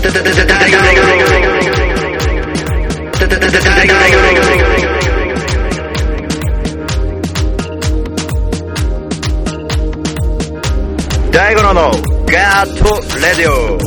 大五郎のガーットレディオ。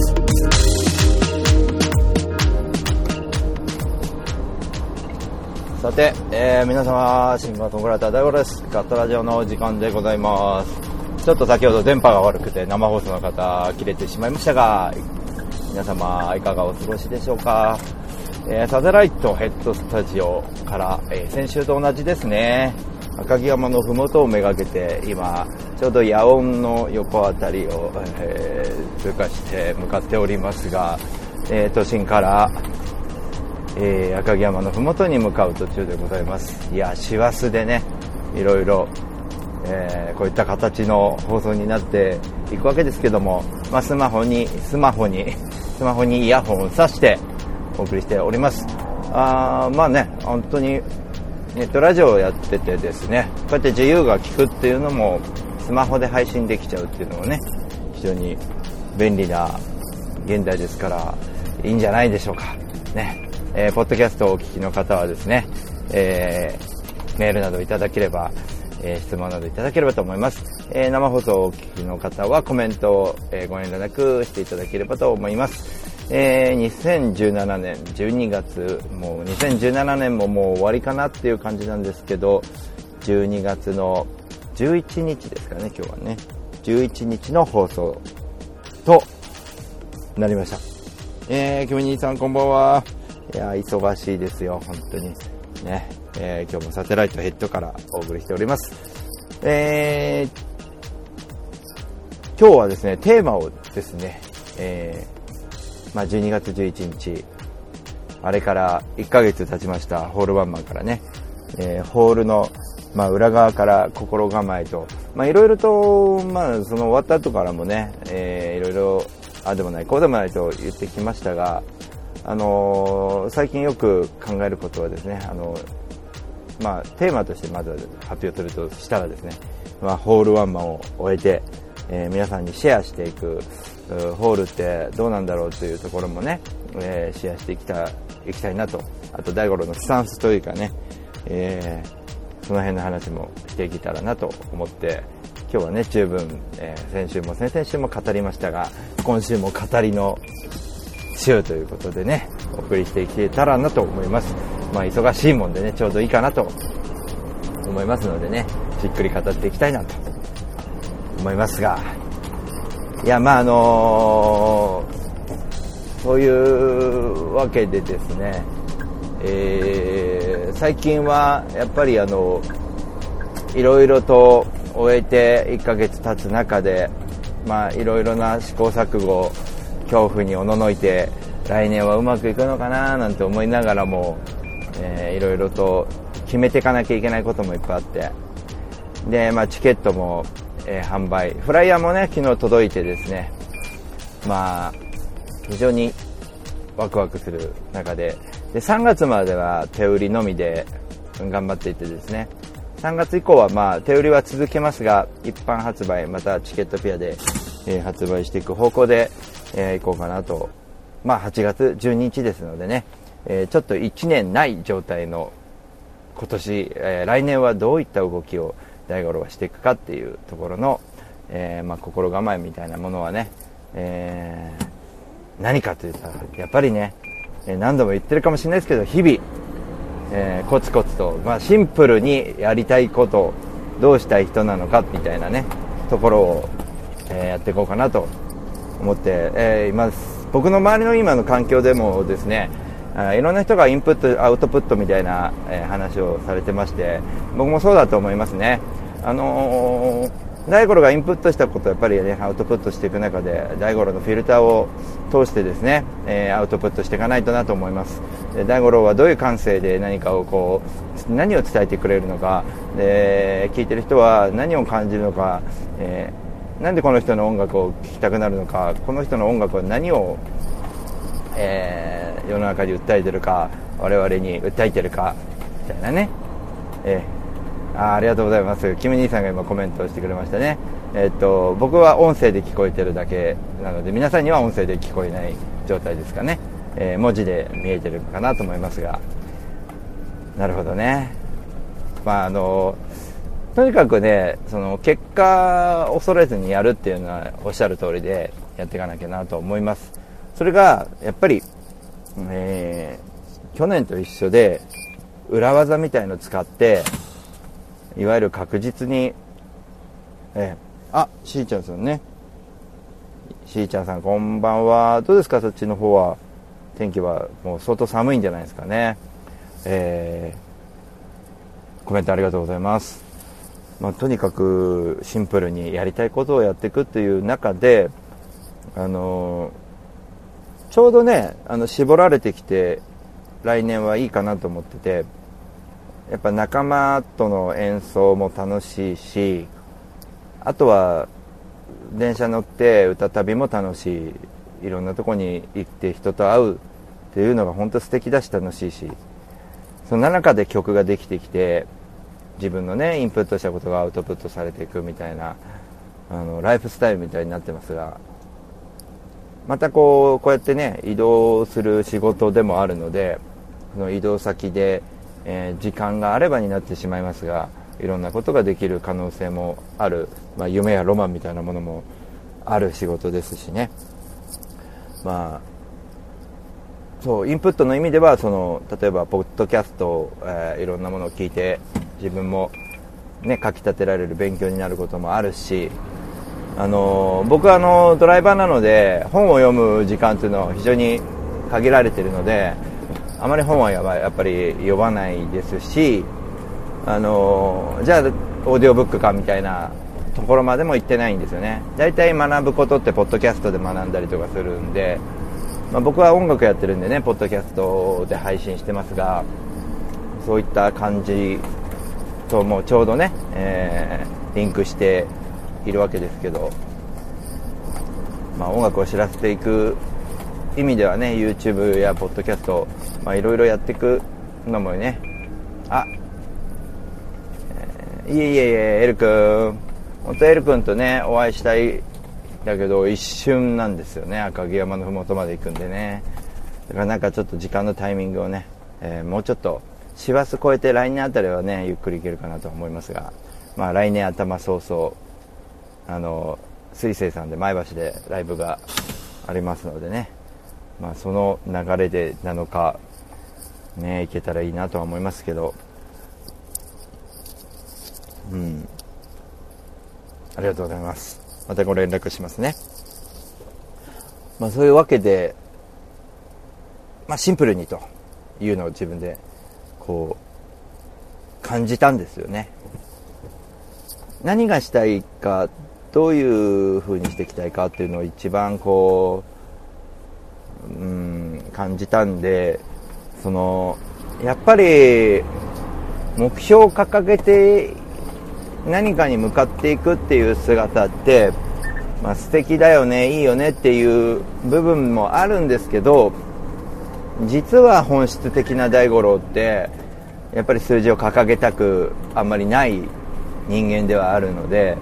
さて、皆様、新聞トングラタ大五郎です。ガットラジオの時間でございます。ちょっと先ほど電波が悪くて生放送の方切れてしまいましたが、皆様いかがお過ごしでしょうか。サテライトヘッドスタジオから、先週と同じですね、赤城山のふもとをめがけて今ちょうど野音の横あたりを、通過して向かっておりますが、都心から、赤城山のふもとに向かう途中でございます。いや、師走でね、いろいろ、こういった形の放送になっていくわけですけども、スマホにイヤホンを挿してお送りしております。本当にネットラジオをやっててですね、こうやって自由が利くっていうのもスマホで配信できちゃうっていうのもね、非常に便利な現代ですからいいんじゃないでしょうかね。ポッドキャストをお聞きの方はですね、メールなどいただければ、質問などいただければと思います。生放送をお聞きの方はコメントを、ご遠慮なくしていただければと思います。2017年12月、もう2017年ももう終わりかなっていう感じなんですけど、12月の11日ですかね、今日はね、11日の放送となりました。キム兄さんこんばんは。いや、忙しいですよ、本当にね。今日もサテライトヘッドからお送りしております。今日はですね、テーマをですね、12月11日、あれから1ヶ月経ちましたホールワンマンからね、ホールの、裏側から心構えと、いろいろと、その終わった後からもね、いろいろ、あでもない、こうでもないと言ってきましたが、最近よく考えることはですね、テーマとしてまず発表するとしたらですね、ホールワンマンを終えて、皆さんにシェアしていく、ホールってどうなんだろうというところもね、シェアしていきたいなと。あと大五郎のスタンスというかね、その辺の話もしていけたらなと思って、今日はね十分、先週も先々週も語りましたが、今週も語りの週ということでね、お送りしていけたらなと思います。忙しいもんでね、ちょうどいいかなと思いますのでね、じっくり語っていきたいなと思いますが、いや、そういうわけでですね、最近はやっぱりいろいろと終えて1ヶ月経つ中で、いろいろな試行錯誤、恐怖におののいて、来年はうまくいくのかななんて思いながらも、いろいろと決めていかなきゃいけないこともいっぱいあって、で、チケットも、販売、フライヤーもね昨日届いてですね、非常にワクワクする中で、3月までは手売りのみで頑張っていてですね、3月以降は手売りは続けますが、一般発売、またチケットピアで、発売していく方向で、いこうかなと。8月12日ですのでね、ちょっと1年ない状態の今年、来年はどういった動きを大五郎はしていくかっていうところの、心構えみたいなものはね、何かというとやっぱりね、何度も言ってるかもしれないですけど、日々、コツコツと、シンプルにやりたいこと、どうしたい人なのかみたいなねところを、やっていこうかなと思って、います。僕の周りの今の環境でもですね、いろんな人がインプットアウトプットみたいな、話をされてまして、僕もそうだと思いますね。大五郎がインプットしたことをやっぱりねアウトプットしていく中で、大五郎のフィルターを通してですね、アウトプットしていかないとなと思います。大五郎はどういう感性で何かを何を伝えてくれるのか、聞いてる人は何を感じるのか、なんでこの人の音楽を聴きたくなるのか、この人の音楽は何を、世の中に訴えてるか、我々に訴えてるかみたいなね、ありがとうございます。キム兄さんが今コメントをしてくれましたね。僕は音声で聞こえてるだけなので、皆さんには音声で聞こえない状態ですかね。文字で見えてるのかなと思いますが、なるほどね。とにかくね、その結果を恐れずにやるっていうのはおっしゃる通りでやっていかなきゃなと思います。それがやっぱり、去年と一緒で裏技みたいのを使って、いわゆる確実に、しーちゃんさんね。しーちゃんさんこんばんは。どうですか、そっちの方は。天気はもう相当寒いんじゃないですかね。コメントありがとうございます。とにかくシンプルにやりたいことをやっていくという中で、ちょうどね、絞られてきて来年はいいかなと思ってて、やっぱ仲間との演奏も楽しいし、あとは電車乗って歌旅も楽しい、いろんなとこに行って人と会うっていうのが本当素敵だし楽しいし、その中で曲ができてきて、自分のねインプットしたことがアウトプットされていくみたいなライフスタイルみたいになってますが、またこうやってね移動する仕事でもあるので、その移動先で、時間があればになってしまいますが、いろんなことができる可能性もある、夢やロマンみたいなものもある仕事ですしね。そうインプットの意味では、例えばポッドキャスト、いろんなものを聞いて自分もね書き立てられる勉強になることもあるし、僕はドライバーなので本を読む時間というのは非常に限られているので、あまり本はやっぱり読まないですし、じゃあオーディオブックかみたいなところまでも行ってないんですよね。だいたい学ぶことってポッドキャストで学んだりとかするんで、僕は音楽やってるんでねポッドキャストで配信してますが、そういった感じともちょうどね、リンクしているわけですけど、音楽を知らせていく意味ではね YouTube やポッドキャストいろいろやっていくのもね、いえエル君、本当エル君とねお会いしたいだけど一瞬なんですよね。赤城山のふもとまで行くんでね。だからなんかちょっと時間のタイミングをね、もうちょっと師走超えて来年あたりはねゆっくり行けるかなと思いますが、来年頭早々水星さんで前橋でライブがありますのでね、その流れで7日ね行けたらいいなとは思いますけど、ありがとうございます。またご連絡しますね。そういうわけで、シンプルにというのを自分でこう感じたんですよね。何がしたいか、どういう風にしていきたいかっていうのを一番感じたんで、やっぱり目標を掲げて何かに向かっていくっていう姿って、素敵だよね、いいよねっていう部分もあるんですけど、実は本質的な大五郎ってやっぱり数字を掲げたくあんまりない人間ではあるので、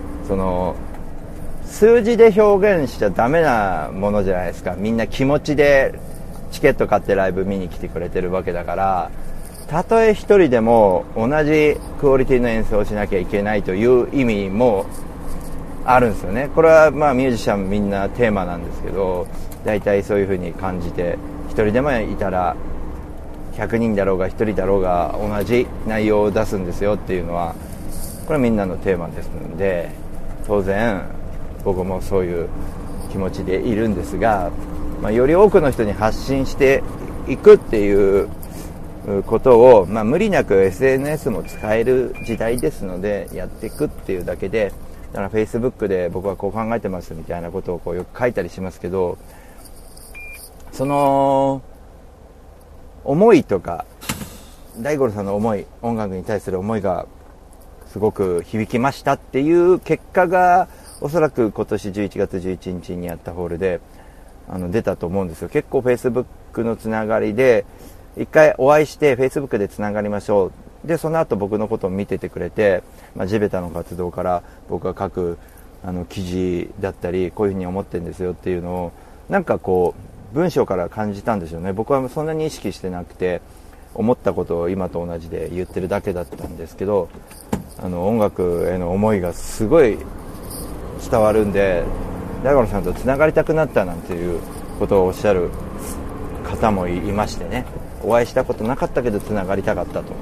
数字で表現しちゃダメなものじゃないですか。みんな気持ちでチケット買ってライブ見に来てくれてるわけだから、たとえ一人でも同じクオリティの演奏をしなきゃいけないという意味もあるんですよね。これはミュージシャンみんなテーマなんですけど、だいたいそういう風に感じて、一人でもいたら100人だろうが一人だろうが同じ内容を出すんですよっていうのは、これはみんなのテーマですので、当然僕もそういう気持ちでいるんですが、より多くの人に発信していくっていうことを、無理なく SNS も使える時代ですのでやっていくっていうだけで、だから Facebook で僕はこう考えてますみたいなことをよく書いたりしますけど、その思いとか大五郎さんの思い、音楽に対する思いがすごく響きましたっていう結果がおそらく今年11月11日にやったホールで出たと思うんですよ。結構 Facebook のつながりで一回お会いして Facebook でつながりましょう。でその後僕のことを見ててくれて、地べたの活動から僕が書く記事だったり、こういうふうに思ってるんですよっていうのをなんか文章から感じたんでしょうね。僕はそんなに意識してなくて、思ったことを今と同じで言ってるだけだったんですけど、音楽への思いがすごい伝わるんで、大五郎さんとつながりたくなったなんていうことをおっしゃる方もいましてね、お会いしたことなかったけどつながりたかったと、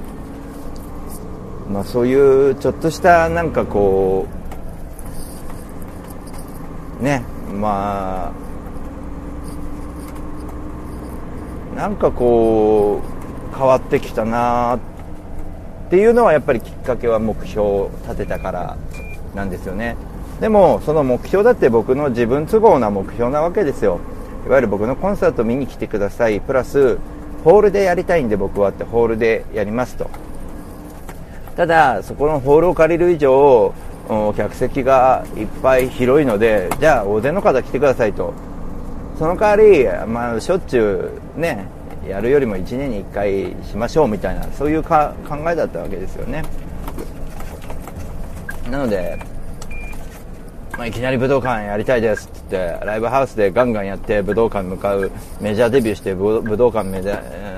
そういうちょっとしたなんかこうね、なんかこう変わってきたなっていうのはやっぱりきっかけは目標を立てたからなんですよね。でもその目標だって僕の自分都合な目標なわけですよ。いわゆる僕のコンサート見に来てくださいプラスホールでやりたいんで僕はってホールでやりますと。ただそこのホールを借りる以上客席がいっぱい広いので、じゃあ大勢の方来てくださいと。その代わり、しょっちゅうねやるよりも1年に1回しましょうみたいな、そういう考えだったわけですよね。なので、いきなり武道館やりたいですって言ってライブハウスでガンガンやって武道館に向かう、メジャーデビューして武道館武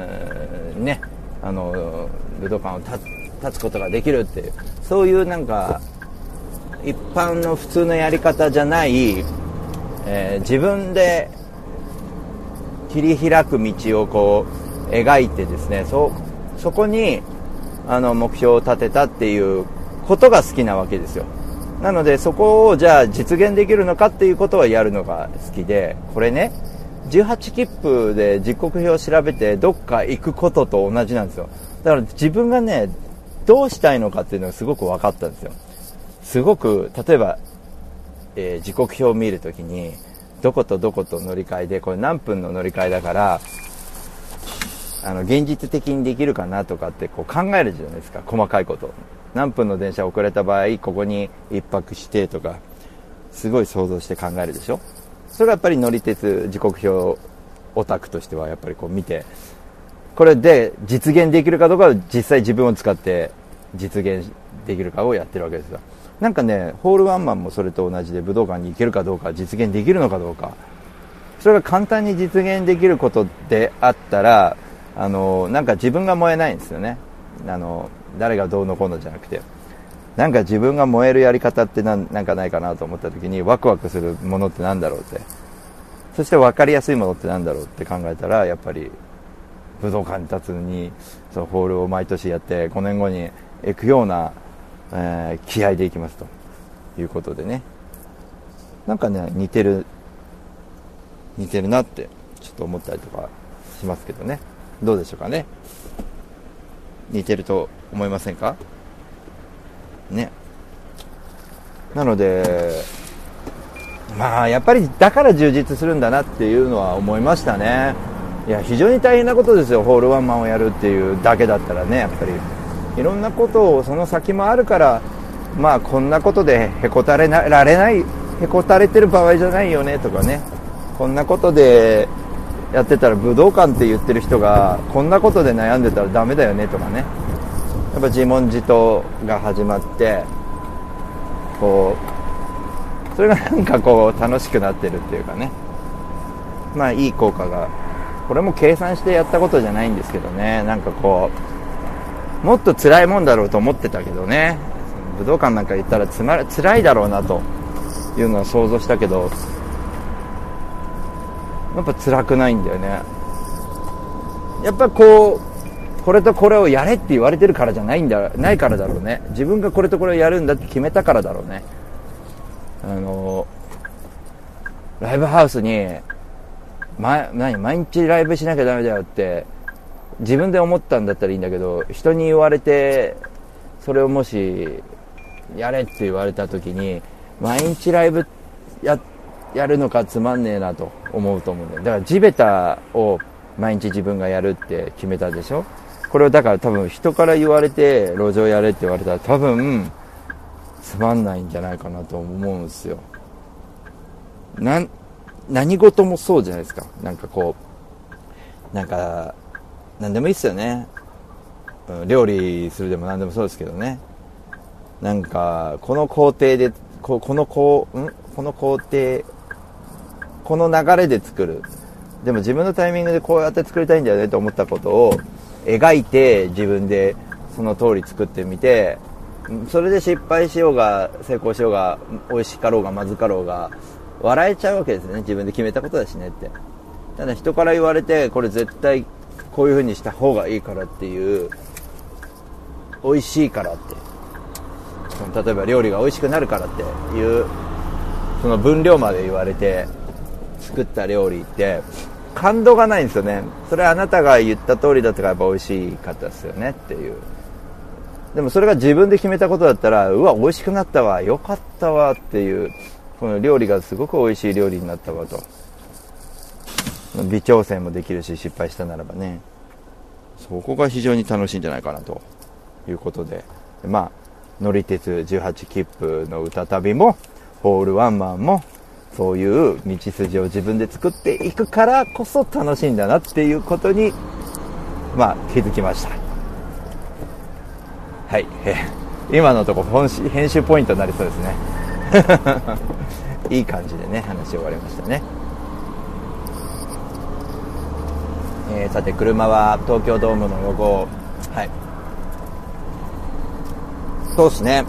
道館を立つことができるっていう、そういうなんか一般の普通のやり方じゃない、自分で切り開く道をこう描いてですね、そこに目標を立てたっていうことが好きなわけですよ。なのでそこをじゃあ実現できるのかっていうことはやるのが好きで、これね18切符で時刻表を調べてどっか行くことと同じなんですよ。だから自分がねどうしたいのかっていうのがすごく分かったんですよ。すごく例えば、時刻表を見るときにどことどこと乗り換えでこれ何分の乗り換えだから現実的にできるかなとかってこう考えるじゃないですか。細かいこと、何分の電車遅れた場合ここに一泊してとかすごい想像して考えるでしょ。それがやっぱり乗り鉄時刻表オタクとしてはやっぱりこう見て、これで実現できるかどうかを実際自分を使って実現できるかをやってるわけですよ。なんかねホールワンマンもそれと同じで、武道館に行けるかどうか実現できるのかどうか、それが簡単に実現できることであったらなんか自分が燃えないんですよね。誰がどうのこうのじゃなくて、なんか自分が燃えるやり方ってなんかないかなと思った時に、ワクワクするものってなんだろうって、そして分かりやすいものってなんだろうって考えたら、やっぱり武道館に立つのにそのホールを毎年やって5年後に行くような、気合で行きますということでね、なんかね似てるなってちょっと思ったりとかしますけどね。どうでしょうかね。似てると思いませんかね。なのでやっぱりだから充実するんだなっていうのは思いましたね。いや非常に大変なことですよ、ホールワンマンをやるっていうだけだったらね。やっぱりいろんなことをその先もあるから、こんなことでへこたれてる場合じゃないよねとかね、こんなことでやってたら武道館って言ってる人がこんなことで悩んでたらダメだよねとかね、やっぱ自問自答が始まって、こうそれがなんかこう楽しくなってるっていうかね、いい効果が、これも計算してやったことじゃないんですけどね、なんかこうもっと辛いもんだろうと思ってたけどね、武道館なんか行ったら辛いだろうなというのは想像したけど、やっぱ辛くないんだよね。やっぱこれとこれをやれって言われてるからじゃないからだろうね。自分がこれとこれをやるんだって決めたからだろうね。ライブハウスに毎日ライブしなきゃダメだよって自分で思ったんだったらいいんだけど、人に言われてそれをもしやれって言われた時に毎日ライブやるのかつまんねえなと思うと思うんだよ。だから地べたを毎日自分がやるって決めたでしょ。これをだから多分人から言われて路上やれって言われたら多分つまんないんじゃないかなと思うんですよ。何事もそうじゃないですか。なんかこう何でもいいっすよね。料理するでも何でもそうですけどね。なんかこの工程でこの工程この流れで作るでも自分のタイミングでこうやって作りたいんだよねと思ったことを描いて、自分でその通り作ってみて、それで失敗しようが成功しようが美味しかろうがまずかろうが笑えちゃうわけですね。自分で決めたことだしねって。ただ人から言われて、これ絶対こういう風にした方がいいからっていう、美味しいからって、例えば料理が美味しくなるからっていうその分量まで言われて作った料理って感動がないんですよね。それはあなたが言った通りだったからやっぱ美味しかったですよねっていう。でもそれが自分で決めたことだったら、うわ美味しくなったわ、よかったわっていう、この料理がすごく美味しい料理になったわと、微調整もできるし、失敗したならばね、そこが非常に楽しいんじゃないかなということで、まあ乗り鉄18切符の歌旅もホールワンマンもそういう道筋を自分で作っていくからこそ楽しいんだなっていうことに、まあ気づきました。はい、今のところ編集ポイントになりそうですねいい感じでね話終わりましたね。さて車は東京ドームの横、はい、そうですね、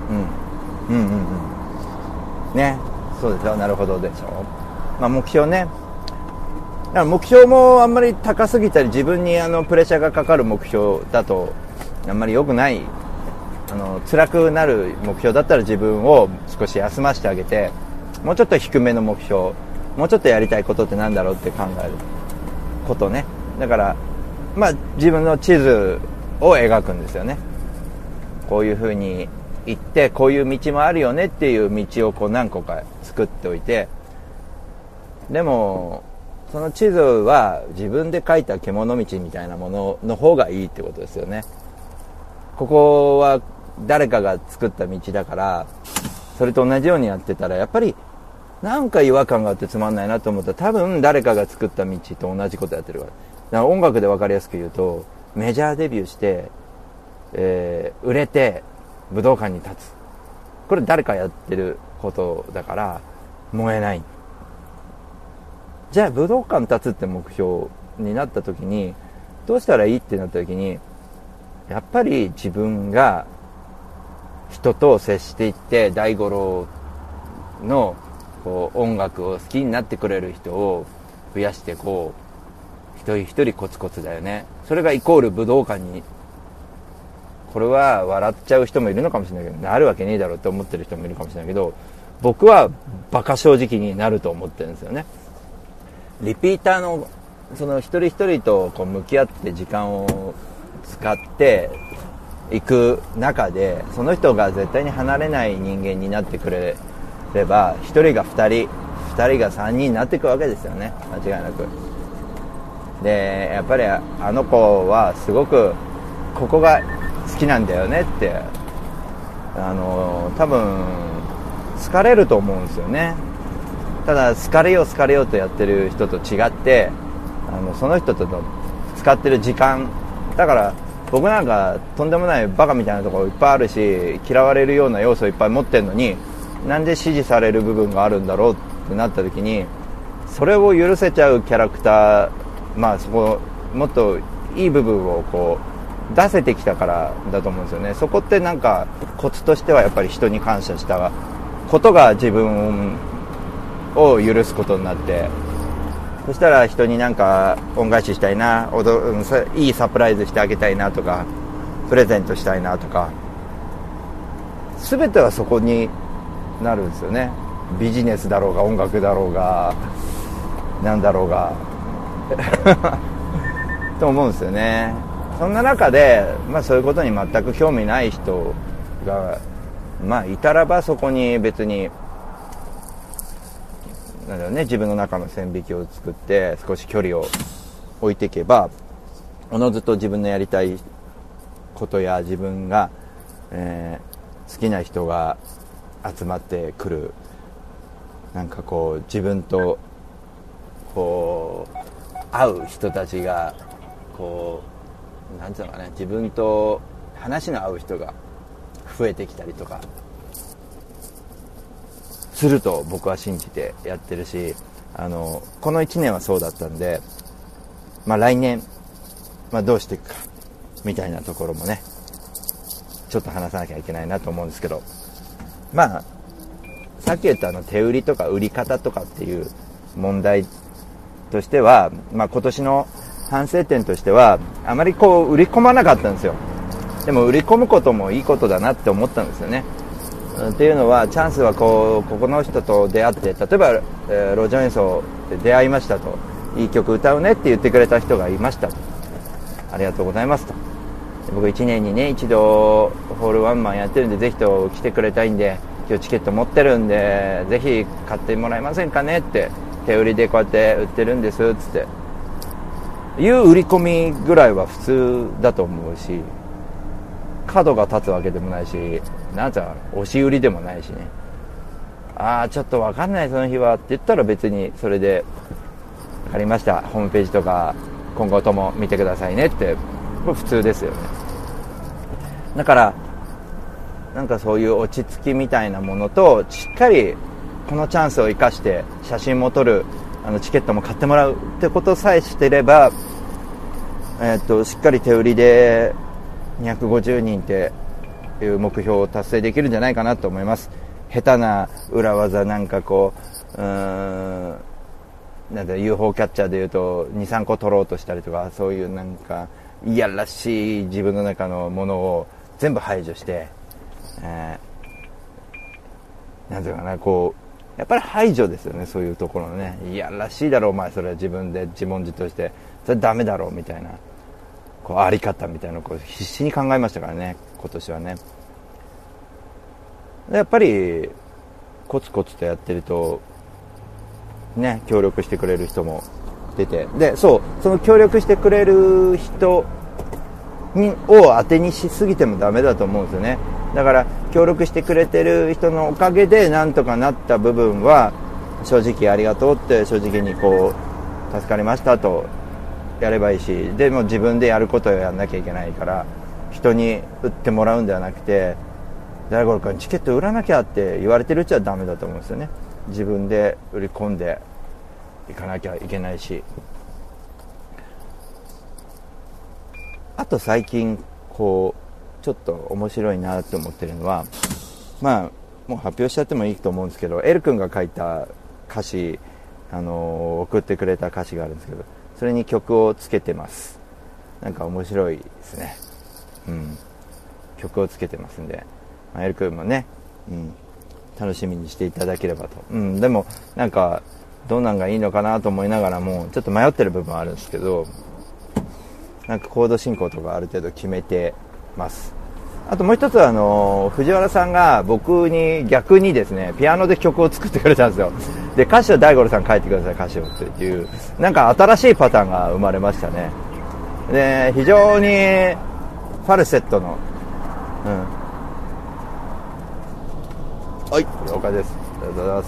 ね、そうですよ、なるほどでしょ。まあ目標ね、だから目標もあんまり高すぎたり自分にプレッシャーがかかる目標だとあんまり良くない。辛くなる目標だったら自分を少し休ませてあげて、もうちょっと低めの目標、もうちょっとやりたいことってなんだろうって考えることね。だからまあ自分の地図を描くんですよね。こういう風に行ってこういう道もあるよねっていう道をこう何個か作っておいて、でもその地図は自分で描いた獣道みたいなものの方がいいってことですよね。ここは誰かが作った道だからそれと同じようにやってたらやっぱりなんか違和感があってつまんないなと思ったら、多分誰かが作った道と同じことやってるから。だから音楽で分かりやすく言うと、メジャーデビューして、売れて武道館に立つ、これ誰かやってることだから燃えない。じゃあ武道館立つって目標になった時にどうしたらいいってなった時に、やっぱり自分が人と接していって大五郎のこう音楽を好きになってくれる人を増やしてこう一人一人コツコツだよね。それがイコール武道館に、これは笑っちゃう人もいるのかもしれないけど、なるわけねえだろうって思ってる人もいるかもしれないけど、僕はバカ正直になると思ってるんですよね。リピーターのその一人一人とこう向き合って時間を使っていく中で、その人が絶対に離れない人間になってくれれば、一人が二人、二人が三人になっていくわけですよね、間違いなく。でやっぱりあの子はすごくここが好きなんだよねって多分好かれると思うんですよね。ただ好かれよう好かれようとやってる人と違ってその人との使ってる時間だから、僕なんかとんでもないバカみたいなところいっぱいあるし、嫌われるような要素いっぱい持ってるのに、なんで支持される部分があるんだろうってなった時に、それを許せちゃうキャラクター、まあそこもっといい部分をこう出せてきたからだと思うんですよね。そこってなんかコツとしてはやっぱり人に感謝したことが自分を許すことになって、そしたら人になんか恩返ししたいな、いいサプライズしてあげたいなとか、プレゼントしたいなとか、全てはそこになるんですよね。ビジネスだろうが音楽だろうがなんだろうがと思うんですよね。そんな中で、そういうことに全く興味ない人がいたらば、そこに別になんだろうね、自分の中の線引きを作って少し距離を置いていけば、おのずと自分のやりたいことや自分が、好きな人が集まってくる、なんかこう自分とこう会う人たちがこうなんていうのかね、自分と話の合う人が増えてきたりとかすると僕は信じてやってるし、 この1年はそうだったんで、来年、どうしていくかみたいなところもねちょっと話さなきゃいけないなと思うんですけど、さっき言った手売りとか売り方とかっていう問題としては、今年の反省点としてはあまり売り込まなかったんですよ。でも売り込むこともいいことだなって思ったんですよね。っていうのはチャンスはここの人と出会って、例えば、路上演奏で出会いましたと、いい曲歌うねって言ってくれた人がいましたと、ありがとうございますと、僕1年にね一度ホールワンマンやってるんでぜひと来てくれたいんで、今日チケット持ってるんでぜひ買ってもらえませんかねって、手売りでこうやって売ってるんですっつっていう売り込みぐらいは普通だと思うし、角が立つわけでもないし、なんか押し売りでもないしね、ちょっと分かんないその日はって言ったら別にそれで分かりました、ホームページとか今後とも見てくださいねって、これ普通ですよね。だからなんかそういう落ち着きみたいなものと、しっかりこのチャンスを生かして写真も撮る、チケットも買ってもらうってことさえしてれば、しっかり手売りで250人っていう目標を達成できるんじゃないかなと思います。下手な裏技なんかなんだ UFO キャッチャーでいうと 2,3 個取ろうとしたりとか、そういうなんかいやらしい自分の中のものを全部排除して、なんていうかな、やっぱり排除ですよね、そういうところのね。いやらしいだろお前、それは自分で自問自答して、それダメだろうみたいな、あり方みたいなのを必死に考えましたからね、今年はね。やっぱりコツコツとやってるとね、協力してくれる人も出て、でその協力してくれる人を当てにしすぎてもダメだと思うんですよね。だから協力してくれてる人のおかげでなんとかなった部分は正直ありがとうって正直に助かりましたとやればいいし、でも自分でやることをやんなきゃいけないから、人に売ってもらうんではなくて、誰頃かにチケット売らなきゃって言われてるうちはダメだと思うんですよね。自分で売り込んでいかなきゃいけないし、あと最近ちょっと面白いなと思ってるのは、もう発表しちゃってもいいと思うんですけど、エル君が書いた歌詞、送ってくれた歌詞があるんですけど、それに曲をつけてます。なんか面白いですね。曲をつけてますんで、エル君もね、楽しみにしていただければと。でもなんかどんなんがいいのかなと思いながらもちょっと迷ってる部分はあるんですけど、なんかコード進行とかある程度決めてます。あともう一つは藤原さんが僕に逆にですね、ピアノで曲を作ってくれたんですよ。で歌詞は大五郎さん書いてください、歌詞をっていう、なんか新しいパターンが生まれましたね。で非常にファルセットのはい、了解です。ありがとうございます。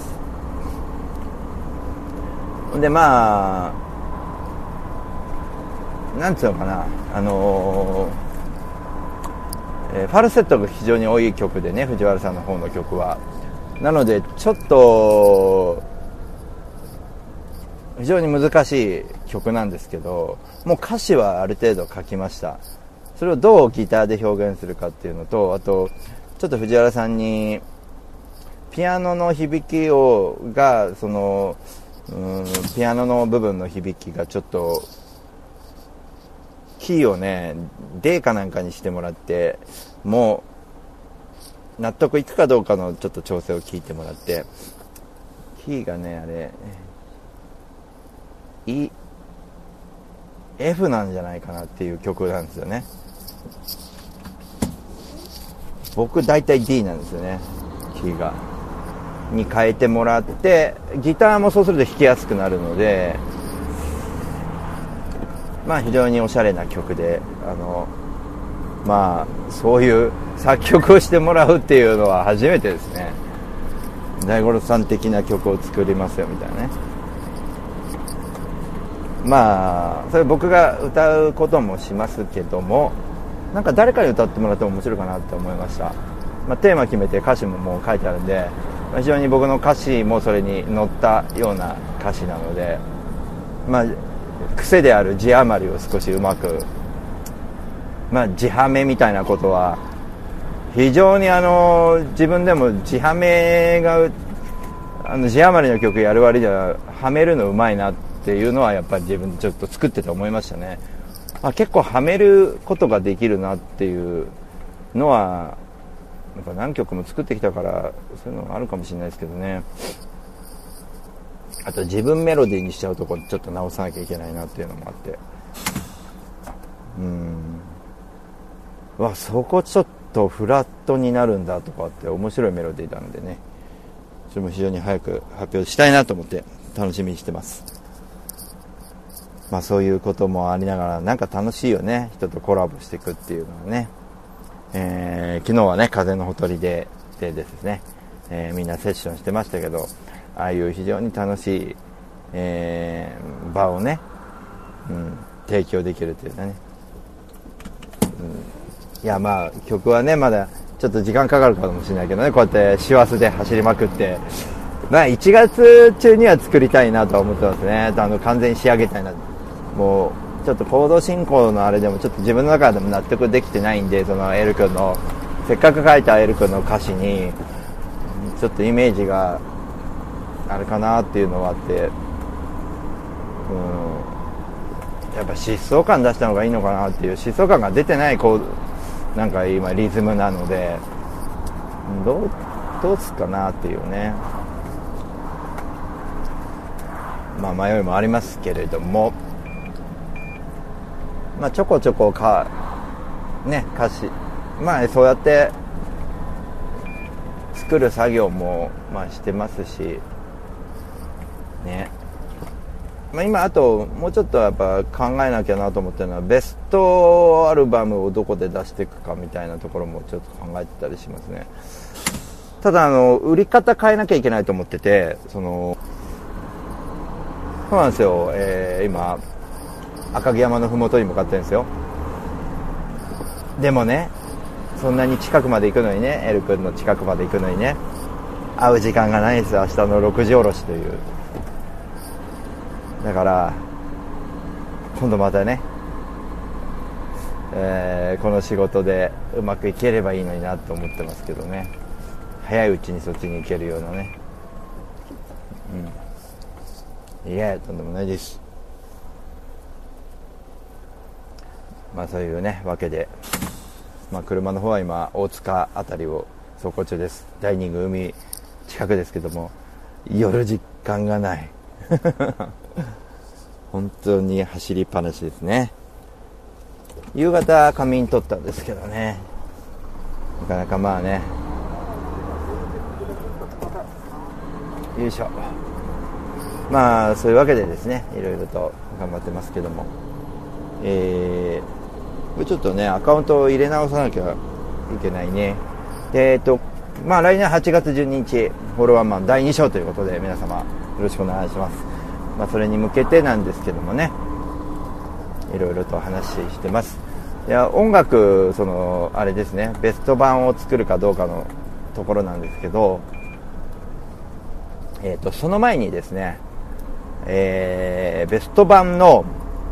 でなんつうのかな、ファルセットが非常に多い曲でね、藤原さんの方の曲は。なのでちょっと非常に難しい曲なんですけど、もう歌詞はある程度書きました。それをどうギターで表現するかっていうのと、あとちょっと藤原さんにピアノの響きがピアノの部分の響きがちょっとキーをね D かなんかにしてもらって、もう納得いくかどうかのちょっと調整を聞いてもらって、キーがねあれF なんじゃないかなっていう曲なんですよね。僕大体 D なんですよね、キーがに変えてもらって、ギターもそうすると弾きやすくなるので、非常におしゃれな曲で、そういう作曲をしてもらうっていうのは初めてですね。大五郎さん的な曲を作りますよみたいなね。それ僕が歌うこともしますけども、なんか誰かに歌ってもらっても面白いかなって思いました。テーマ決めて歌詞ももう書いてあるんで、 非常に僕の歌詞もそれに乗ったような歌詞なので、癖である字余りを少しうまく、字はめみたいなことは非常に自分でも字はめが字余りの曲やる割にははめるのうまいなっていうのはやっぱり自分でちょっと作ってて思いましたね。結構はめることができるなっていうのはなんか何曲も作ってきたからそういうのがあるかもしれないですけどね。あと自分メロディーにしちゃうとこちょっと直さなきゃいけないなっていうのもあって、そこちょっとフラットになるんだとかって面白いメロディーなんでね、それも非常に早く発表したいなと思って楽しみにしてます。そういうこともありながらなんか楽しいよね、人とコラボしていくっていうのはね。昨日はね風のほとりでですね、みんなセッションしてましたけど、ああいう非常に楽しい、場をね、提供できるというね、いや曲はねまだちょっと時間かかるかもしれないけどね、こうやって師走で走りまくって、1月中には作りたいなとは思ってますね。完全に仕上げたいな。もうちょっとコード進行のあれでもちょっと自分の中でも納得できてないんで、そのエル君のせっかく書いたエル君の歌詞にちょっとイメージがあれかなっていうのはあって、やっぱ疾走感出した方がいいのかなっていう、疾走感が出てないなんか今リズムなので、どうすっかなっていうね、迷いもありますけれども、ちょこちょこ歌詞そうやって作る作業もしてますしね。今あともうちょっとやっぱ考えなきゃなと思ってるのは、ベストアルバムをどこで出していくかみたいなところもちょっと考えてたりしますね。ただ売り方変えなきゃいけないと思ってて、そうなんですよ、今赤城山のふもとに向かってるんですよ。でもね、そんなに近くまで行くのにね、エル君の近くまで行くのにね、会う時間がないんですよ。明日の6時おろしという。だから今度またね、この仕事でうまくいければいいのになと思ってますけどね。早いうちにそっちに行けるようなね。いやとんでもないです。そういうねわけで、車の方は今大塚あたりを走行中です。ダイニング海近くですけども、寄る時間がない本当に走りっぱなしですね。夕方仮眠取ったんですけどね、なかなかよいしょ。そういうわけでですね、いろいろと頑張ってますけども、ちょっとねアカウントを入れ直さなきゃいけないね。で来年8月12日フォロワーマン第2章ということで、皆様よろしくお願いします。それに向けてなんですけどもね、いろいろと話してます。いや音楽あれですね、ベスト版を作るかどうかのところなんですけど、その前にですね、ベスト版の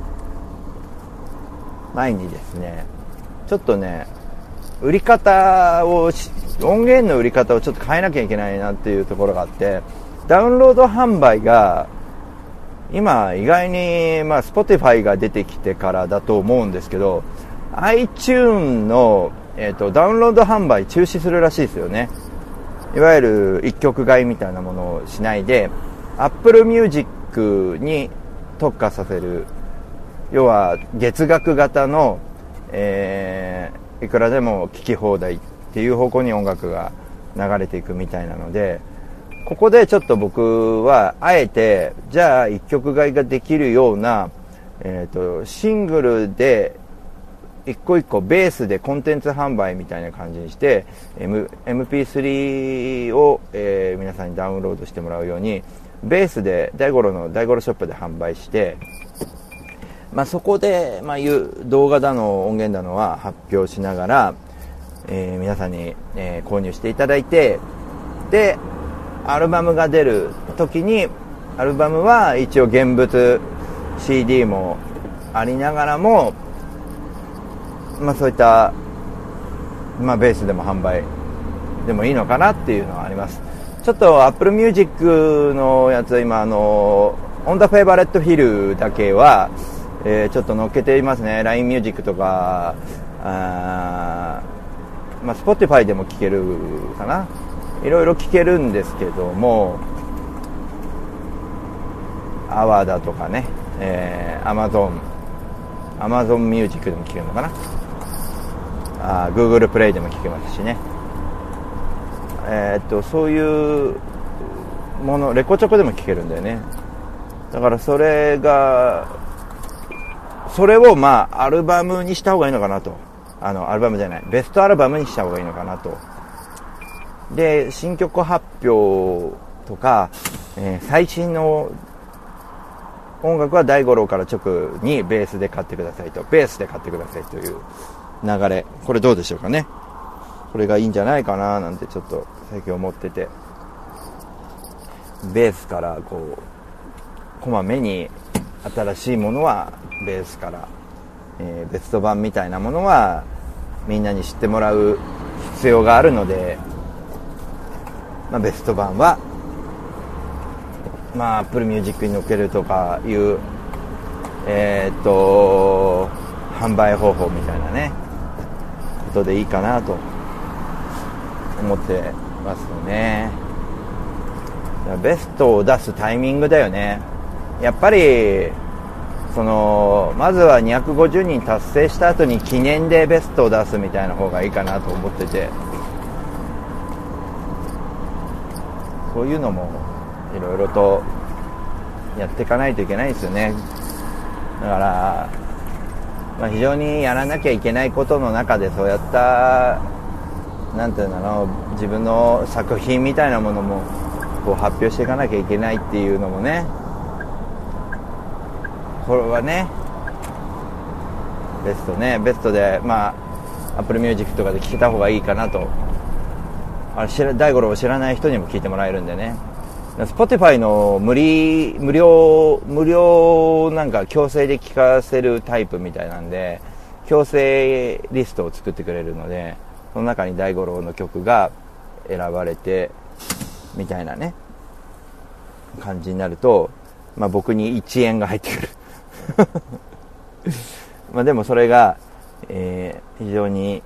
前にですね、ちょっとね売り方を音源の売り方をちょっと変えなきゃいけないなっていうところがあって、ダウンロード販売が今意外にSpotify が出てきてからだと思うんですけど、 iTunes の、ダウンロード販売中止するらしいですよね。いわゆる一曲買いみたいなものをしないで Apple Music に特化させる、要は月額型の、いくらでも聴き放題っていう方向に音楽が流れていくみたいなので、ここでちょっと僕はあえてじゃあ一曲買いができるような、シングルで一個一個ベースでコンテンツ販売みたいな感じにして、MP3 を、皆さんにダウンロードしてもらうようにベースで大五郎の大五郎ショップで販売して、そこで、動画だの音源だのは発表しながら、皆さんに、購入していただいて、でアルバムが出る時に、アルバムは一応現物 CD もありながらも、そういった、ベースでも販売でもいいのかなっていうのはあります。ちょっと Apple Music のやつは今On the Favorite Fill だけは、ちょっと載っけていますね。 LINE Music とかSpotify でも聴けるかな。いろいろ聴けるんですけども、アワーだとかね、Amazon Music でも聴けるのかな。Google Play でも聴けますしね。そういうもの、レコチョコでも聴けるんだよね。だからそれをアルバムにした方がいいのかなと。アルバムじゃない、ベストアルバムにした方がいいのかなと。で、新曲発表とか、最新の音楽は大五郎から直にベースで買ってくださいと、ベースで買ってくださいという流れ。これどうでしょうかね。これがいいんじゃないかななんてちょっと最近思ってて、ベースからこまめに新しいものはベースから、ベスト版みたいなものはみんなに知ってもらう必要があるので、ベスト版はApple Music に載っけるとかいう販売方法みたいなねことでいいかなと思ってますよね。ベストを出すタイミングだよね。やっぱりまずは250人達成した後に記念でベストを出すみたいな方がいいかなと思ってて、そういうのもいろいろとやっていかないといけないですよね。だから、非常にやらなきゃいけないことの中で、そうやったなんていうの、自分の作品みたいなものも発表していかなきゃいけないっていうのもね、これはね、ベストでApple Music とかで聴けた方がいいかなと。大五郎を知らない人にも聴いてもらえるんでね。Spotify の無料なんか強制で聴かせるタイプみたいなんで、強制リストを作ってくれるので、その中に大五郎の曲が選ばれてみたいなね感じになると、僕に1円が入ってくるでもそれが、非常に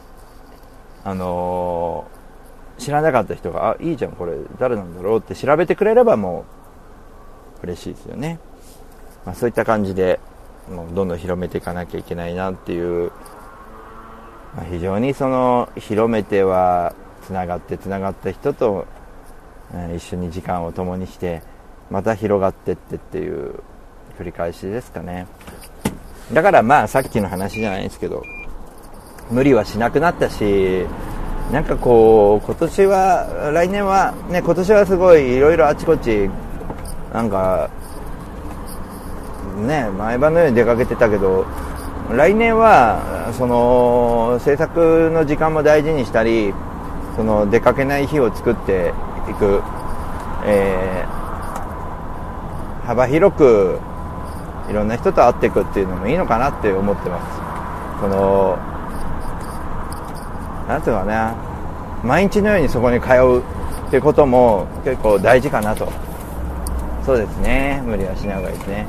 知らなかった人がいいじゃんこれ誰なんだろうって調べてくれればもう嬉しいですよね。そういった感じでもうどんどん広めていかなきゃいけないなっていう、非常に広めてはつながった人と、一緒に時間を共にしてまた広がってっていう繰り返しですかね。だからさっきの話じゃないですけど、無理はしなくなったし、なんか今年は来年はね、今年はすごいいろいろあちこちなんかね毎晩のように出かけてたけど、来年は制作の時間も大事にしたり、出かけない日を作っていく、幅広くいろんな人と会っていくっていうのもいいのかなって思ってます。なんていうのかな、毎日のようにそこに通うってことも結構大事かなと。そうですね、無理はしない方がいいですね。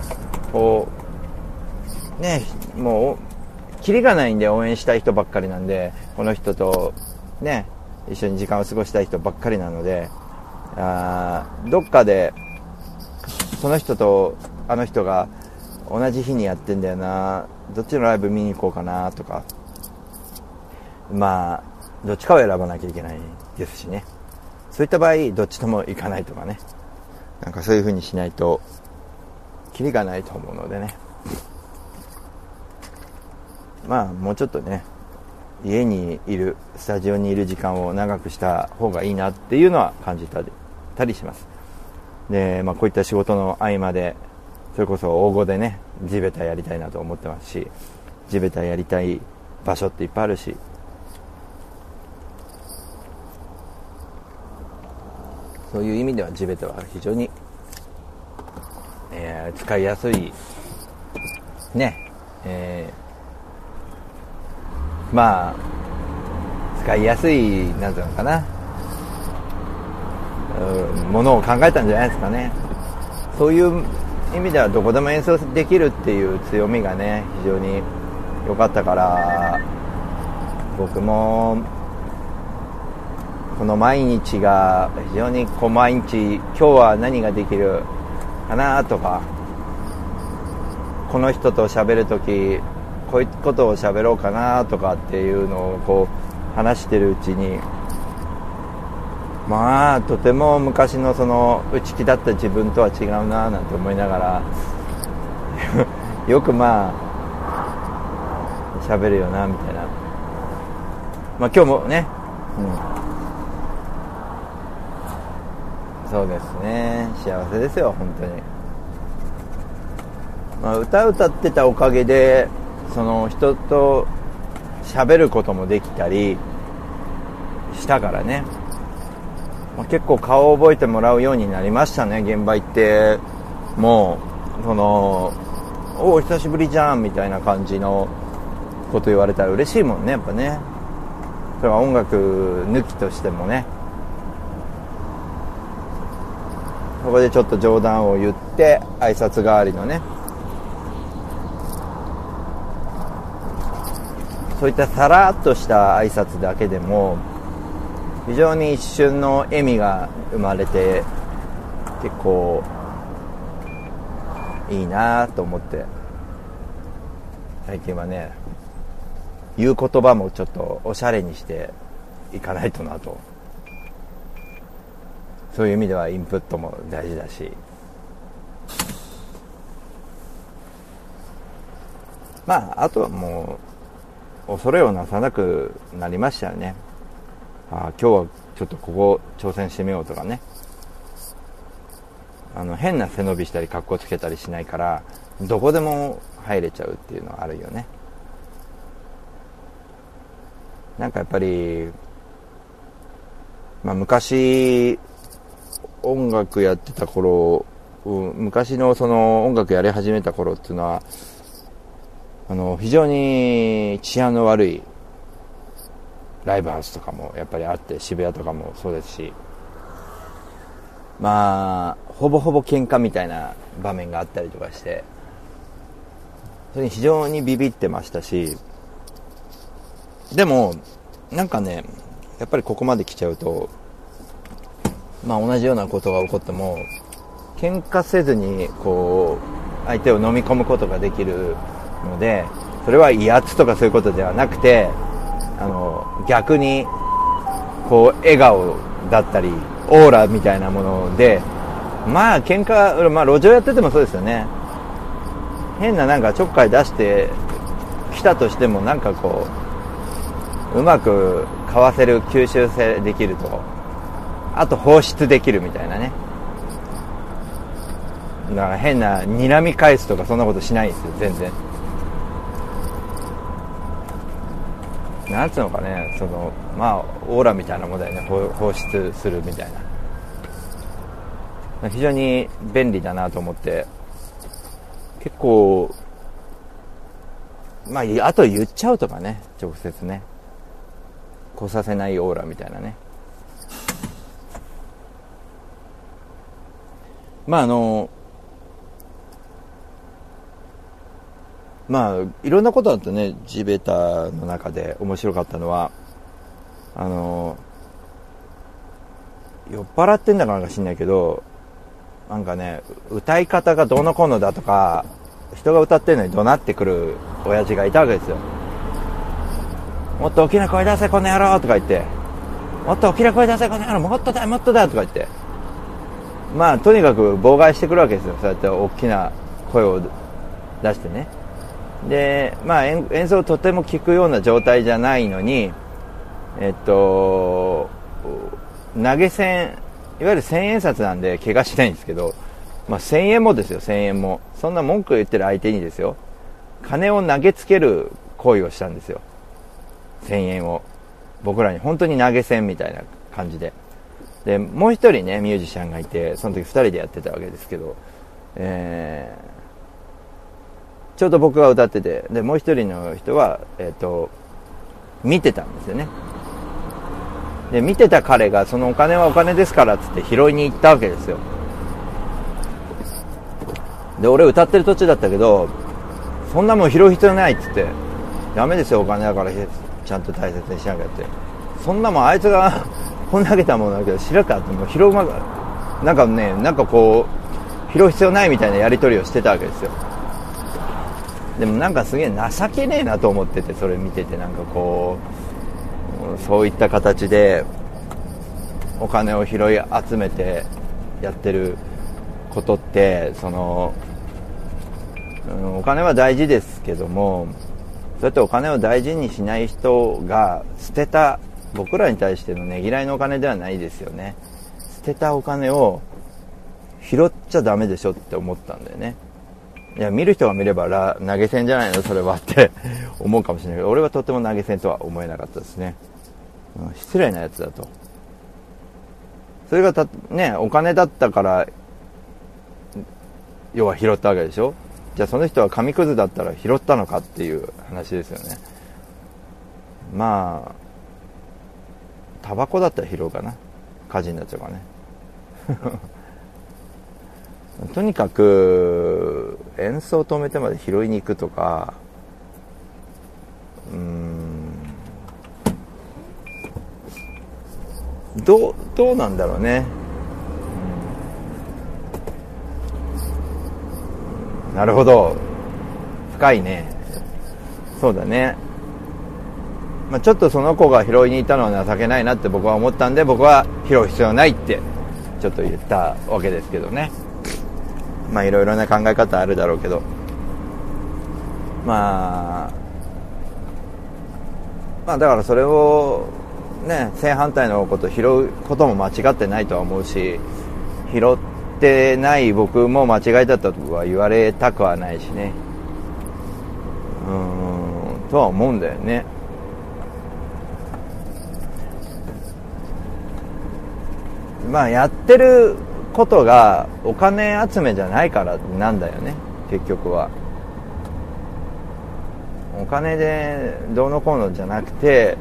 もうキリがないんで、応援したい人ばっかりなんで、この人とね一緒に時間を過ごしたい人ばっかりなので、どっかでその人とあの人が同じ日にやってんだよな、どっちのライブ見に行こうかなとか、どっちかを選ばなきゃいけないですしね。そういった場合どっちとも行かないとかね、なんかそういう風にしないとキリがないと思うのでね、もうちょっとね家にいる、スタジオにいる時間を長くした方がいいなっていうのは感じたりします。で、こういった仕事の合間でそれこそ大御でね地べたやりたいなと思ってますし、地べたやりたい場所っていっぱいあるし、 そういう意味では地べたは非常に、使いやすいね、まあ使いやすいなんていうのかな、ものを考えたんじゃないですかね。そういう意味ではどこでも演奏できるっていう強みがね非常に良かったから、僕もこの毎日が非常に毎日今日は何ができるかなとか、この人と喋るときこういうことを喋ろうかなとかっていうのを話してるうちに、とても昔のその内気だった自分とは違うななんて思いながらよく喋るよなみたいな。今日もね、そうですね、幸せですよ本当に。歌ってたおかげでその人と喋ることもできたりしたからね、結構顔を覚えてもらうようになりましたね。現場行ってもうお久しぶりじゃんみたいな感じのこと言われたら嬉しいもんね、やっぱね。それは音楽抜きとしてもね。そこでちょっと冗談を言って挨拶代わりのね、そういったさらっとした挨拶だけでも非常に一瞬の笑みが生まれて、結構いいなと思って、最近はね言う言葉もちょっとおしゃれにしていかないとなと。そういう意味ではインプットも大事だし、あとはもう恐れをなさなくなりましたよね。今日はちょっとここ挑戦してみようとかね、変な背伸びしたり格好つけたりしないからどこでも入れちゃうっていうのはあるよね。なんかやっぱり昔音楽やってた頃、昔のその音楽やり始めた頃っていうのは非常に治安の悪いライブハウスとかもやっぱりあって、渋谷とかもそうですし、ほぼほぼ喧嘩みたいな場面があったりとかして、それに非常にビビってましたし、でもなんかねやっぱりここまで来ちゃうと、同じようなことが起こっても喧嘩せずに相手を飲み込むことができるので、それは威圧とかそういうことではなくて、逆に笑顔だったりオーラみたいなもので、喧嘩、路上やっててもそうですよね。変ななんかちょっかい出してきたとしても、なんかうまくかわせる、吸収性できると、あと放出できるみたいなね。だから変な睨み返すとかそんなことしないんですよ、全然。なんつうのかね、オーラみたいなものだよね、放出するみたいな。非常に便利だなと思って、結構あと言っちゃうとかね、直接ね、来させないオーラみたいなね。いろんなことあってね、地べたの中で面白かったのは、酔っ払ってんだからか知んないけど、なんかね、歌い方がどうのこうのだとか、人が歌ってるのに怒鳴ってくる親父がいたわけですよ。もっと大きな声出せこの野郎とか言って、もっと大きな声出せこの野郎、もっとだもっとだとか言って、とにかく妨害してくるわけですよ。そうやって大きな声を出してね。で、演奏をとても聞くような状態じゃないのに、投げ銭、いわゆる千円札なんで怪我しないんですけど、1000円もですよ、1000円も。そんな文句言ってる相手にですよ、金を投げつける行為をしたんですよ。1000円を。僕らに本当に投げ銭みたいな感じで。 でもう一人ねミュージシャンがいて、その時2人でやってたわけですけど、ちょうど僕が歌ってて、でもう一人の人は見てたんですよね。で見てた彼がそのお金はお金ですからっつって拾いに行ったわけですよ。で俺歌ってる途中だったけど、そんなもん拾う必要ないっつって、ダメですよお金だからちゃんと大切にしなきゃって、そんなもんあいつがこんなげたものだけど知るかって、もう拾うまなんかね、なんかこう拾う必要ないみたいなやり取りをしてたわけですよ。でもなんかすげえ情けねえなと思ってて、それ見てて、なんかこうそういった形でお金を拾い集めてやってることって、そのお金は大事ですけども、そうやってお金を大事にしない人が捨てた、僕らに対してのねぎらいのお金ではないですよね。捨てたお金を拾っちゃダメでしょって思ったんだよね。いや見る人が見れば投げ銭じゃないのそれはって思うかもしれないけど、俺はとても投げ銭とは思えなかったですね。失礼なやつだと。それがねお金だったから要は拾ったわけでしょ。じゃあその人は紙くずだったら拾ったのかっていう話ですよね。まあタバコだったら拾うかな、火事になっちゃうからねとにかく演奏を止めてまで拾いに行くとか、どうなんだろうね。なるほど、深いね。そうだね。まあ、ちょっとその子が拾いに行ったのは情けないなって僕は思ったんで、僕は拾う必要ないってちょっと言ったわけですけどね。まあいろいろな考え方あるだろうけど、まあだからそれをね、正反対のことを拾うことも間違ってないとは思うし、拾ってない僕も間違いだったとは言われたくはないしね、とは思うんだよね。まあやってることがお金集めじゃないからなんだよね、結局は。お金でどうのこうのじゃなくて、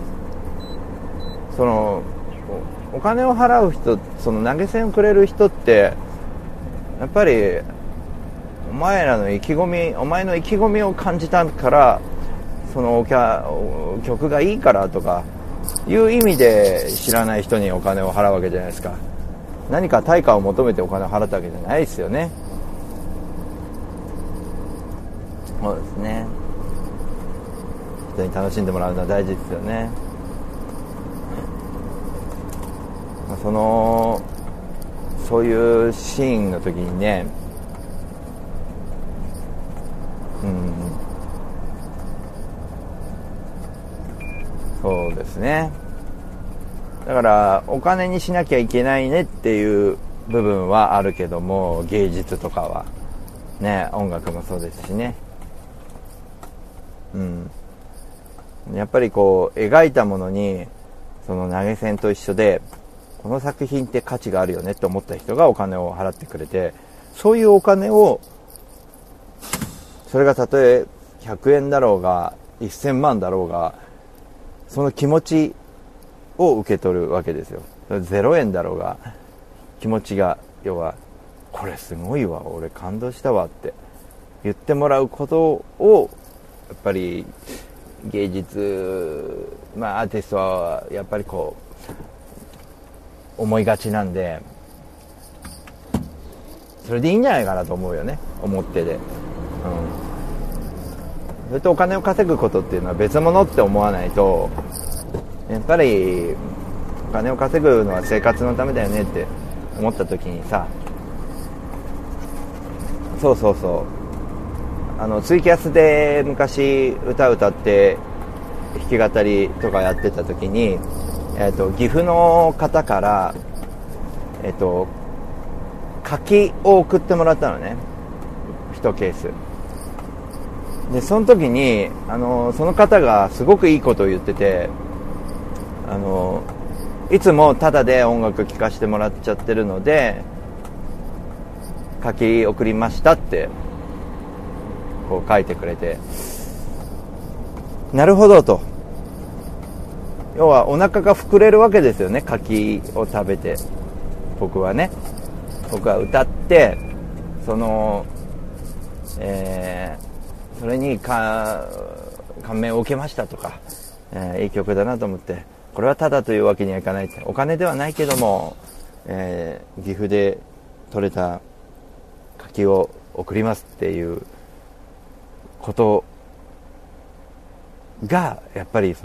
そのお金を払う人、その投げ銭をくれる人ってやっぱりお前の意気込みを感じたから、その曲がいいからとかいう意味で知らない人にお金を払うわけじゃないですか。何か対価を求めてお金を払ったわけじゃないですよね。そうですね。人に楽しんでもらうのは大事ですよね。そういうシーンの時にね、そうですね。だからお金にしなきゃいけないねっていう部分はあるけども、芸術とかはね、音楽もそうですしね、やっぱりこう描いたものにその投げ銭と一緒で、この作品って価値があるよねって思った人がお金を払ってくれて、そういうお金を、それがたとえ100円だろうが1000万だろうが、その気持ちを受け取るわけですよ。0円だろうが気持ちが、要はこれすごいわ、俺感動したわって言ってもらうことを、やっぱり芸術、アーティストはやっぱりこう思いがちなんで、それでいいんじゃないかなと思うよね、思ってで。それとお金を稼ぐことっていうのは別物って思わないと、やっぱりお金を稼ぐのは生活のためだよねって思った時にさ、そうツイキャスで昔歌って弾き語りとかやってた時に、岐阜の方から柿を送ってもらったのね、1ケースで、その時にその方がすごくいいことを言ってて、 いつもタダで音楽聴かせてもらっちゃってるので、書き送りましたってこう書いてくれて、なるほどと。要はお腹が膨れるわけですよね、柿を食べて。僕は歌ってそれに感銘を受けましたとか、いい曲だなと思って、これはただというわけにはいかないって、お金ではないけども、岐阜で採れた柿を送りますっていうことがやっぱり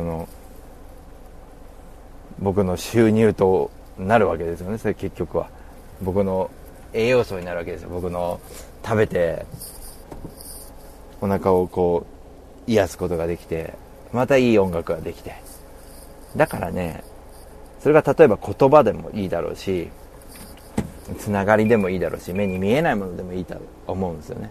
僕の収入となるわけですよね。それ結局は僕の栄養素になるわけですよ。僕の食べてお腹をこう癒すことができて、またいい音楽ができて、だからね、それが例えば言葉でもいいだろうし、つながりでもいいだろうし、目に見えないものでもいいと思うんですよね。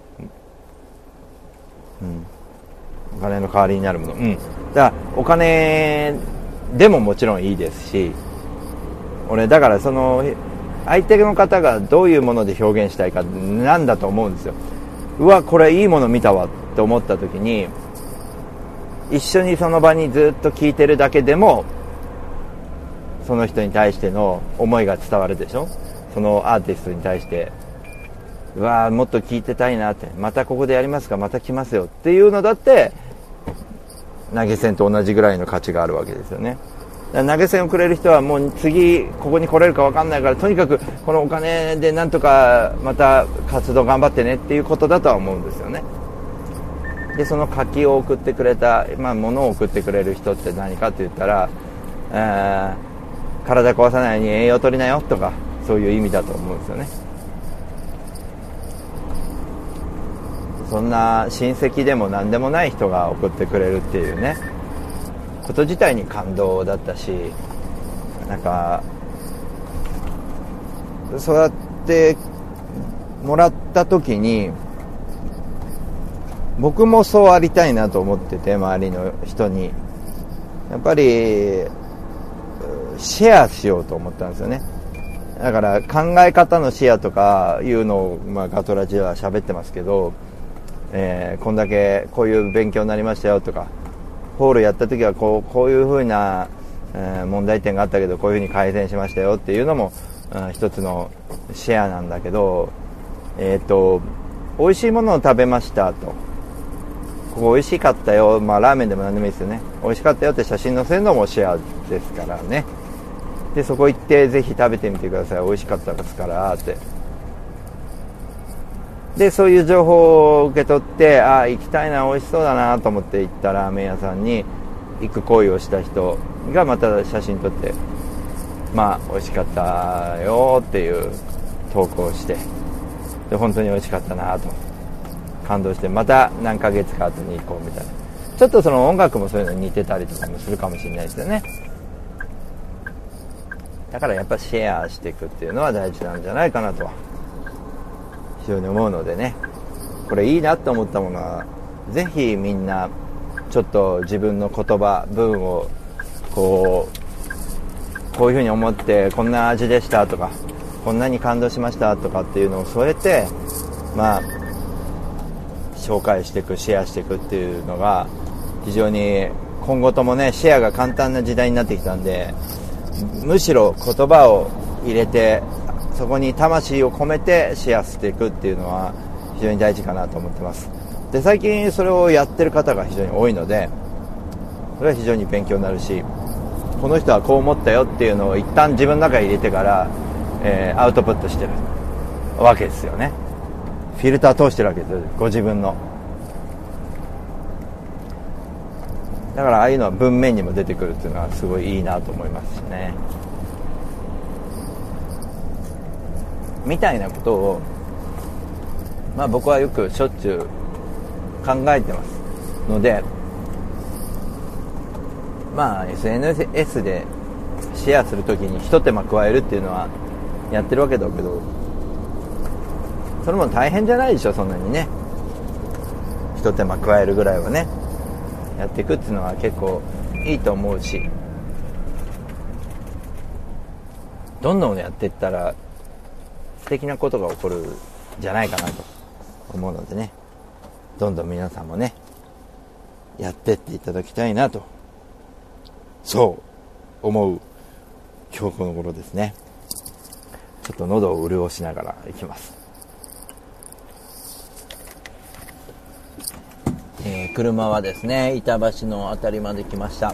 お金の代わりになるもの、だからお金でももちろんいいですし、俺だから相手の方がどういうもので表現したいかなんだと思うんですよ。うわ、これいいもの見たわって思った時に、一緒にその場にずっと聞いてるだけでもその人に対しての思いが伝わるでしょ。そのアーティストに対して、うわーもっと聞いてたいなって、またここでやりますか、また来ますよっていうのだって投げ銭と同じぐらいの価値があるわけですよね。だから投げ銭をくれる人はもう次ここに来れるか分かんないから、とにかくこのお金でなんとかまた活動頑張ってねっていうことだとは思うんですよね。でその柿を送ってくれた、物を送ってくれる人って何かって言ったら、体壊さないように栄養取りなよとか、そういう意味だと思うんですよね。そんな親戚でも何でもない人が送ってくれるっていうねこと自体に感動だったし、なんかそうやってもらった時に僕もそうありたいなと思ってて、周りの人にやっぱりシェアしようと思ったんですよね。だから考え方のシェアとかいうのを、ガトラジでは喋ってますけど、こんだけこういう勉強になりましたよとか、ホールやった時はこういう風な、問題点があったけどこういう風に改善しましたよっていうのも、一つのシェアなんだけど、美味しいものを食べましたと、ここ美味しかったよ、ラーメンでも何でもいいですよね。美味しかったよって写真載せるのもシェアですからね。でそこ行ってぜひ食べてみてください、美味しかったですからって。でそういう情報を受け取って、行きたいな、美味しそうだなと思って行ったラーメン屋さんに行く行為をした人がまた写真撮って、美味しかったよっていう投稿をして、で本当に美味しかったなと感動して、また何ヶ月か後に行こうみたいな、ちょっとその音楽もそういうのに似てたりとかもするかもしれないですよね。だからやっぱシェアしていくっていうのは大事なんじゃないかなと非常に思うのでね、これいいなと思ったものはぜひみんなちょっと自分の言葉文をこういうふうに思って、こんな味でしたとか、こんなに感動しましたとかっていうのを添えて、紹介していく、シェアしていくっていうのが非常に今後ともね、シェアが簡単な時代になってきたんで、むしろ言葉を入れてそこに魂を込めてシェアしていくっていうのは非常に大事かなと思ってます。で最近それをやってる方が非常に多いので、それは非常に勉強になるし、この人はこう思ったよっていうのを一旦自分の中に入れてから、アウトプットしてるわけですよね。フィルター通してるわけですよ、ご自分の。だからああいうのは文面にも出てくるっていうのはすごいいいなと思いますしね。みたいなことを僕はよくしょっちゅう考えてますので、SNS でシェアするときに一手間加えるっていうのはやってるわけだけど、それも大変じゃないでしょ、そんなにね。一手間加えるぐらいはねやっていくっていうのは結構いいと思うし、 どんどんやっていったら素敵なことが起こるんじゃないかなと思うのでね、どんどん皆さんもねやってっていただきたいなとそう思う今日この頃ですね。ちょっと喉を潤しながらいきます。車はですね板橋のあたりまで来ました。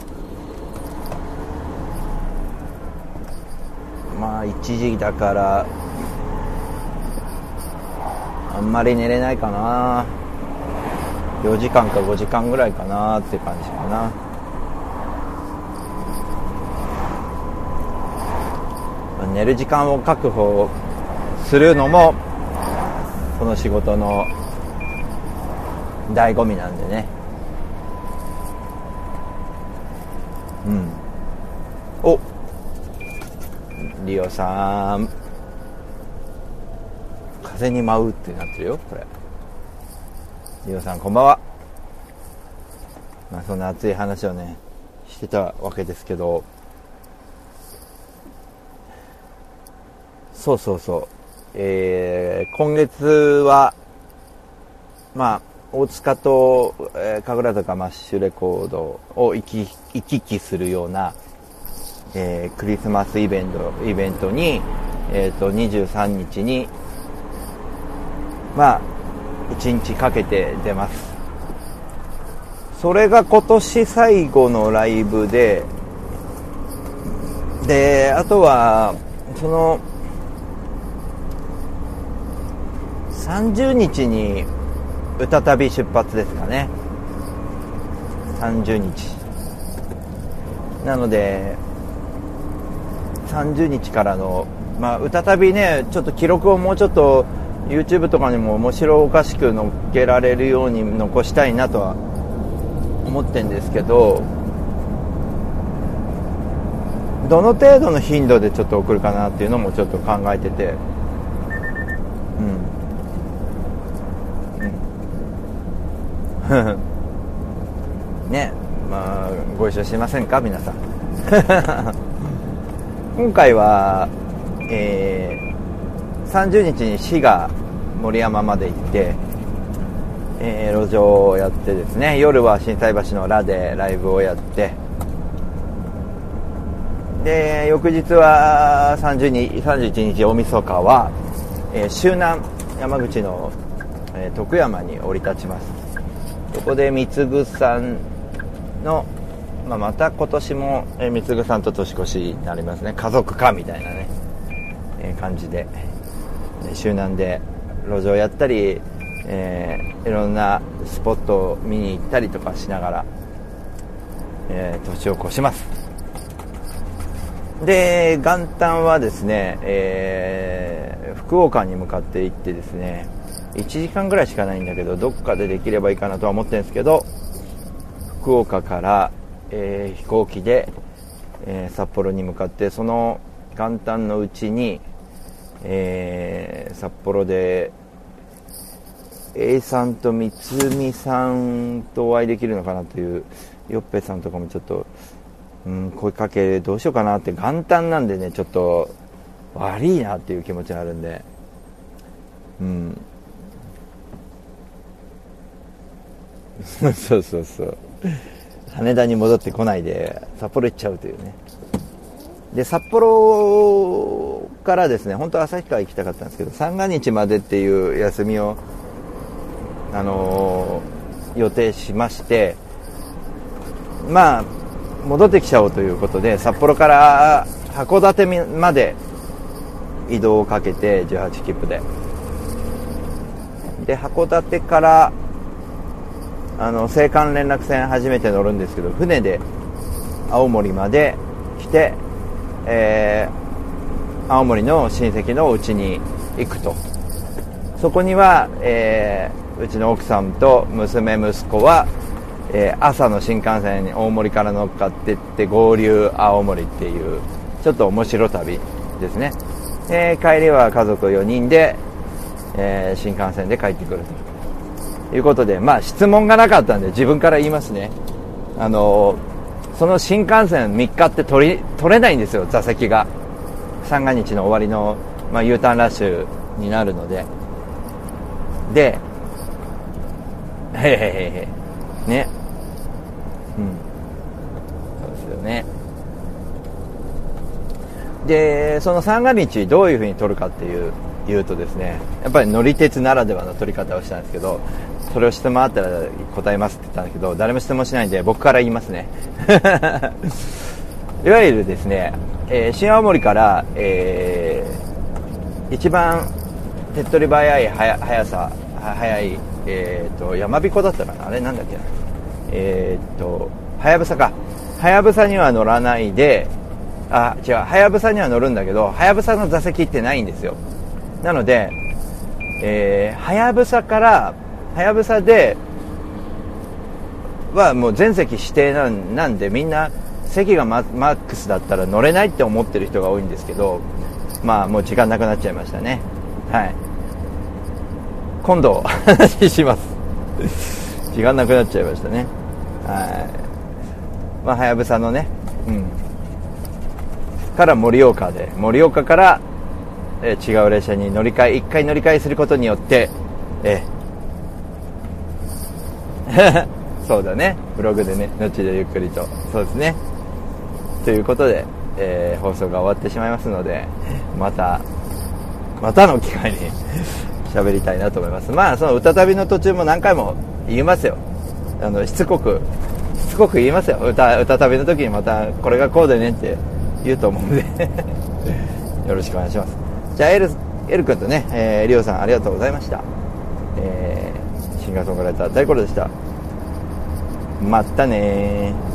まあ1時だからあんまり寝れないかな。4時間か5時間ぐらいかなって感じかな。寝る時間を確保するのもこの仕事の醍醐味なんでね。お、リオさん風に舞うってなってるよこれ。リオさんこんばんは。まあそんな熱い話をねしてたわけですけど、そう、今月はまあ大塚と、神楽坂マッシュレコードを行き来するような、クリスマスイベントに、23日にまあ1日かけて出ます。それが今年最後のライブで、あとはその30日に歌旅出発ですかね。30日なので30日からの、まあ、歌旅ね、ちょっと記録をもうちょっと YouTube とかにも面白おかしく載っけられるように残したいなとは思ってんですけど、どの程度の頻度でちょっと送るかなっていうのもちょっと考えてて、ね、まあご一緒しませんか皆さん。今回は、30日に滋賀森山まで行って、路上をやってですね、夜は心斎橋のラでライブをやって、で翌日は31日大晦日は、周南山口の、徳山に降り立ちます。そこで三つさんの、また今年も三つさんと年越しになりますね。家族かみたいなね、感じで、周南で路上やったり、いろんなスポットを見に行ったりとかしながら、年を越します。で元旦はですね、福岡に向かって行ってですね、1時間ぐらいしかないんだけど、どっかでできればいいかなとは思ってるんですけど、福岡から、飛行機で、札幌に向かって、その元旦のうちに、札幌で A さんと三海さんとお会いできるのかなという、よっぺさんとかもちょっと、声かけどうしようかなって、元旦なんでねちょっと悪いなっていう気持ちがあるんで、そう羽田に戻ってこないで札幌行っちゃうというね。で札幌からですね、本当は旭川行きたかったんですけど、三が日までっていう休みを予定しまして、まあ戻ってきちゃおうということで、札幌から函館まで移動をかけて18切符で函館から青函連絡船初めて乗るんですけど、船で青森まで来て、青森の親戚の家に行くと。そこには、うちの奥さんと娘息子は、朝の新幹線に大森から乗っかってって合流青森っていうちょっと面白旅ですね。帰りは家族4人で、新幹線で帰ってくるということで、まあ質問がなかったんで自分から言いますね。その新幹線3日って取れないんですよ、座席が。 三が日の終わりの、U ターンラッシュになるので、で、ね、そうですよね。で、その三が日どういう風に取るかっていうとですね、やっぱり乗り鉄ならではの取り方をしたんですけど、それを質問あったら答えますって言ったんだけど、誰も質問しないんで僕から言いますね。いわゆるですね、新青森から、一番手っ取り早い速い、山彦だったかな、あれなんだっけな、はやぶさか、はやぶさには乗らないで、はやぶさには乗るんだけど、はやぶさの座席ってないんですよ。なので、はやぶさではもう全席指定なんで、みんな席がマックスだったら乗れないって思ってる人が多いんですけど、もう時間なくなっちゃいましたね。はい。今度話します。時間なくなっちゃいましたね。はい。はやぶさのね、から盛岡から、違う列車に一回乗り換えすることによって、そうだね、ブログでね、後でゆっくりと、そうですね、ということで、放送が終わってしまいますので、またの機会に喋りたいなと思います。その歌旅の途中も何回も言いますよ。しつこく言いますよ。歌旅の時にまたこれがこうでねって言うと思うんでよろしくお願いします。じゃあエル君とね、リオさんありがとうございました。シンガーソングライター大五郎でした。またねー。